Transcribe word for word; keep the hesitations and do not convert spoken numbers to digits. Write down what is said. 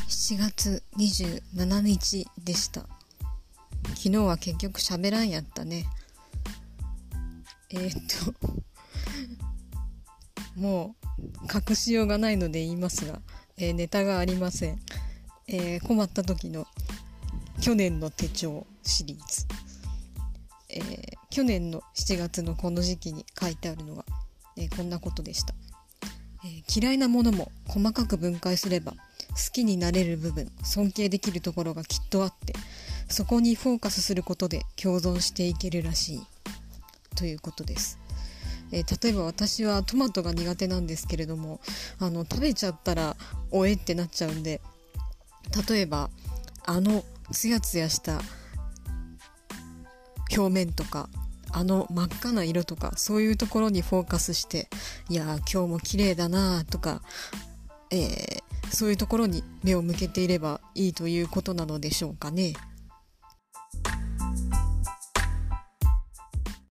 しちがつにじゅうしちにちでした。昨日は結局喋らんやったね。えー、っともう隠しようがないので言いますが、えー、ネタがありません。えー、困った時の去年の手帳シリーズ、えー、去年のしちがつのこの時期に書いてあるのが、えー、こんなことでした。えー、嫌いなものも細かく分解すれば好きになれる部分、尊敬できるところがきっとあって、そこにフォーカスすることで共存していけるらしいということです。えー、例えば私はトマトが苦手なんですけれども、あの食べちゃったらおえってなっちゃうんで、例えばあのツヤツヤした表面とか、あの真っ赤な色とか、そういうところにフォーカスして、いや今日も綺麗だなとか、えー、そういうところに目を向けていればいいということなのでしょうかね。